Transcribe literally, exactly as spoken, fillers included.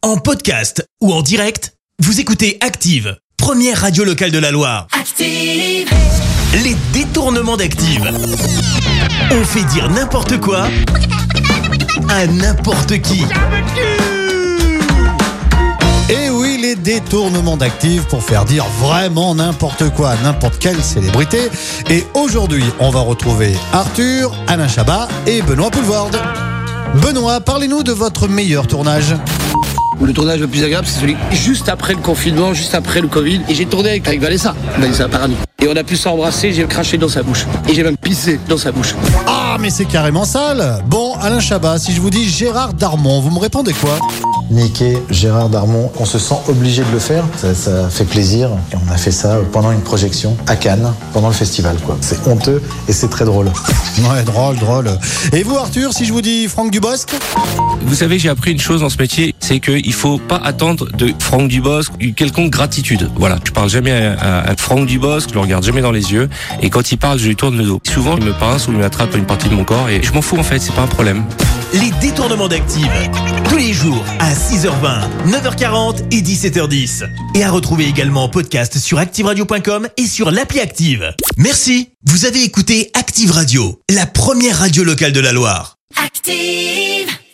En podcast ou en direct, vous écoutez Active, première radio locale de la Loire. Active. Les détournements d'Active. On fait dire n'importe quoi à n'importe qui. Et oui, les détournements d'Active pour faire dire vraiment n'importe quoi à n'importe quelle célébrité. Et aujourd'hui, on va retrouver Arthur, Alain Chabat et Benoît Poelvoorde. Benoît, parlez-nous de votre meilleur tournage. Le tournage le plus agréable, c'est celui juste après le confinement, juste après le Covid. Et j'ai tourné avec, avec Vanessa, Vanessa Paradis. Et on a pu s'embrasser, j'ai craché dans sa bouche. Et j'ai même pissé dans sa bouche. Ah, mais c'est carrément sale. Bon, Alain Chabat, si je vous dis Gérard Darmon, vous me répondez quoi? Niquer Gérard Darmon, on se sent obligé de le faire, ça, ça fait plaisir. Et on a fait ça pendant une projection à Cannes, pendant le festival, quoi. C'est honteux et c'est très drôle. Ouais, drôle, drôle. Et vous, Arthur, si je vous dis Franck Dubosc? Vous savez, j'ai appris une chose dans ce métier, c'est qu'il faut pas attendre de Franck Dubosc une quelconque gratitude. Voilà, je parle jamais à, à, à Franck Dubosc, je le regarde jamais dans les yeux, et quand il parle, je lui tourne le dos. Souvent, il me pince ou il m'attrape une partie de mon corps, et je m'en fous en fait, c'est pas un problème. Les détournements d'Active, tous les jours à six heures vingt, neuf heures quarante et dix-sept heures dix. Et à retrouver également en podcast sur active radio point com et sur l'appli Active. Merci, vous avez écouté Active Radio, la première radio locale de la Loire. Active.